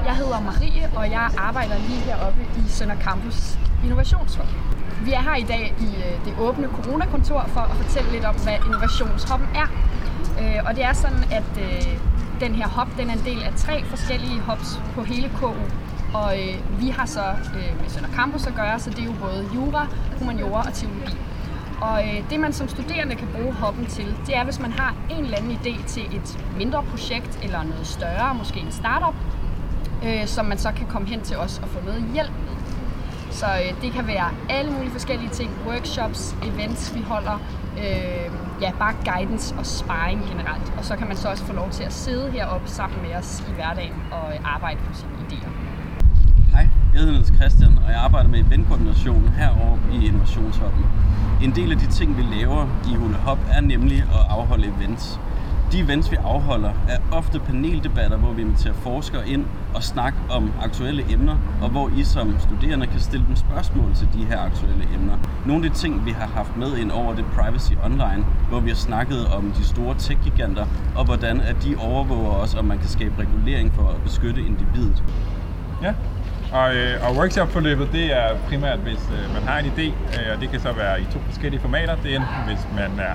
Jeg hedder Marie, og jeg arbejder lige heroppe i Sønder Campus Innovationshub. Vi er her i dag i det åbne coronakontor for at fortælle lidt om, hvad Innovationshubben er. Og det er sådan, at den her hub den er en del af 3 forskellige hubs på hele KU. Og vi har så med Sønder Campus at gøre, så det er jo både jura, humaniora og teologi. Og det man som studerende kan bruge hubben til, det er hvis man har en eller anden idé til et mindre projekt eller noget større, måske en startup, som man så kan komme hen til os og få noget hjælp med. Så det kan være alle mulige forskellige ting, workshops, events vi holder, bare guidance og sparring generelt. Og så kan man så også få lov til at sidde heroppe sammen med os i hverdagen og arbejde på sine idéer. Hej, jeg hedder Niels Christian, og jeg arbejder med eventkoordination herovre i Innovationshubben. En del af de ting, vi laver i Hule Hub, er nemlig at afholde events. De events, vi afholder, er ofte paneldebatter, hvor vi inviterer forskere ind og snakker om aktuelle emner, og hvor I som studerende kan stille dem spørgsmål til de her aktuelle emner. Nogle af de ting, vi har haft med ind over det Privacy Online, hvor vi har snakket om de store tech-giganter, og hvordan at de overvåger os, om man kan skabe regulering for at beskytte individet. Ja, og workshop-forløbet, det er primært, hvis man har en idé, og det kan så være i 2 forskellige formater. Det er enten, hvis man er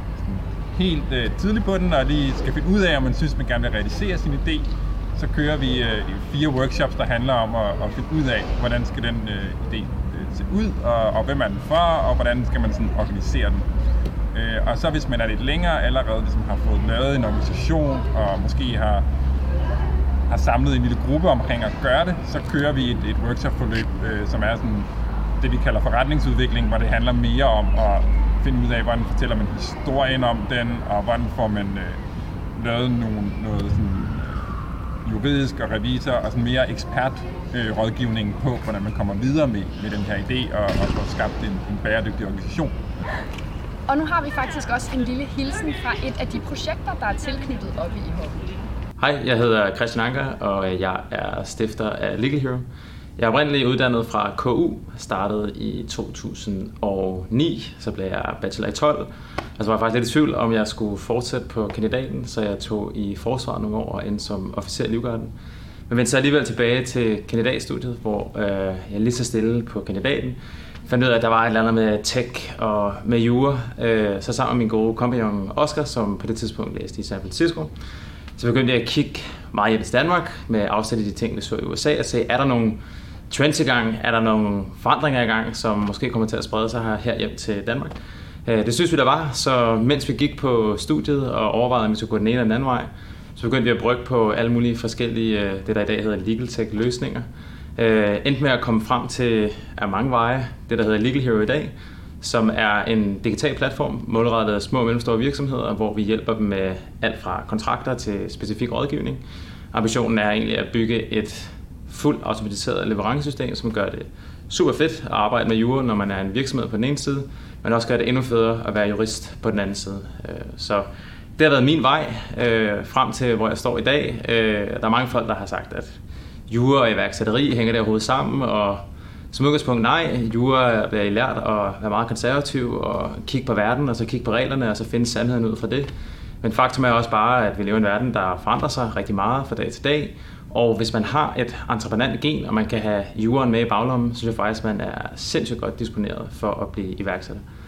helt tidlig på den, og lige skal finde ud af, om man synes, man gerne vil realisere sin idé, så kører vi 4 workshops, der handler om at finde ud af, hvordan skal den idé se ud, og hvem er den for, og hvordan skal man sådan organisere den. Og så hvis man er lidt længere allerede, ligesom har fået lavet en organisation, og måske har samlet en lille gruppe omkring at gøre det, så kører vi et workshop-forløb, som er sådan det, vi kalder forretningsudvikling, hvor det handler mere om at finde ud af, hvordan fortæller man historien om den, og hvordan får man lavet noget sådan juridisk og revisor og sådan mere ekspertrådgivning på, hvordan man kommer videre med den her idé og får skabt en bæredygtig organisation. Og nu har vi faktisk også en lille hilsen fra et af de projekter, der er tilknyttet oppe i hubben. Hej, jeg hedder Christian Anker, og jeg er stifter af Legal Hero. Jeg er oprindeligt uddannet fra KU, startede i 2009, så blev jeg bachelor i 12. Og så var jeg faktisk lidt i tvivl, om jeg skulle fortsætte på kandidaten, så jeg tog i forsvaret nogle år og endte som officer i Livgarden. Men vendte så alligevel tilbage til kandidatstudiet, hvor jeg lige så stille på kandidaten fandt ud af, at der var et eller andet med tech og med jura. Så sammen med min gode kompagnon Oscar, som på det tidspunkt læste i San Francisco, så begyndte jeg at kigge meget hjem til Danmark med afsæt i de ting, vi så i USA, og se, er der nogle trends i gang, er der nogle forandringer i gang, som måske kommer til at sprede sig her hjem til Danmark. Det synes vi, der var, så mens vi gik på studiet og overvejede, om vi skulle gå den ene eller den anden vej, så begyndte vi at brygge på alle mulige forskellige, det der i dag hedder legal tech løsninger. Endte med at komme frem til af mange veje, det der hedder Legal Hero i dag, som er en digital platform målrettet små og mellemstore virksomheder, hvor vi hjælper dem med alt fra kontrakter til specifik rådgivning. Ambitionen er egentlig at bygge et fuldt automatiseret leverancesystem, som gør det super fedt at arbejde med jura, når man er en virksomhed på den ene side, men også gør det endnu federe at være jurist på den anden side. Så det har været min vej frem til, hvor jeg står i dag. Der er mange folk, der har sagt, at jura og iværksætteri hænger der overhovedet sammen, og som udgangspunkt nej. Jura bliver lært at være meget konservativ og kigge på verden, og så kigge på reglerne, og så finde sandheden ud fra det. Men faktum er også bare, at vi lever i en verden, der forandrer sig rigtig meget fra dag til dag. Og hvis man har et entreprenant gen, og man kan have juraen med i baglommen, så synes jeg faktisk, at man er sindssygt godt disponeret for at blive iværksætter.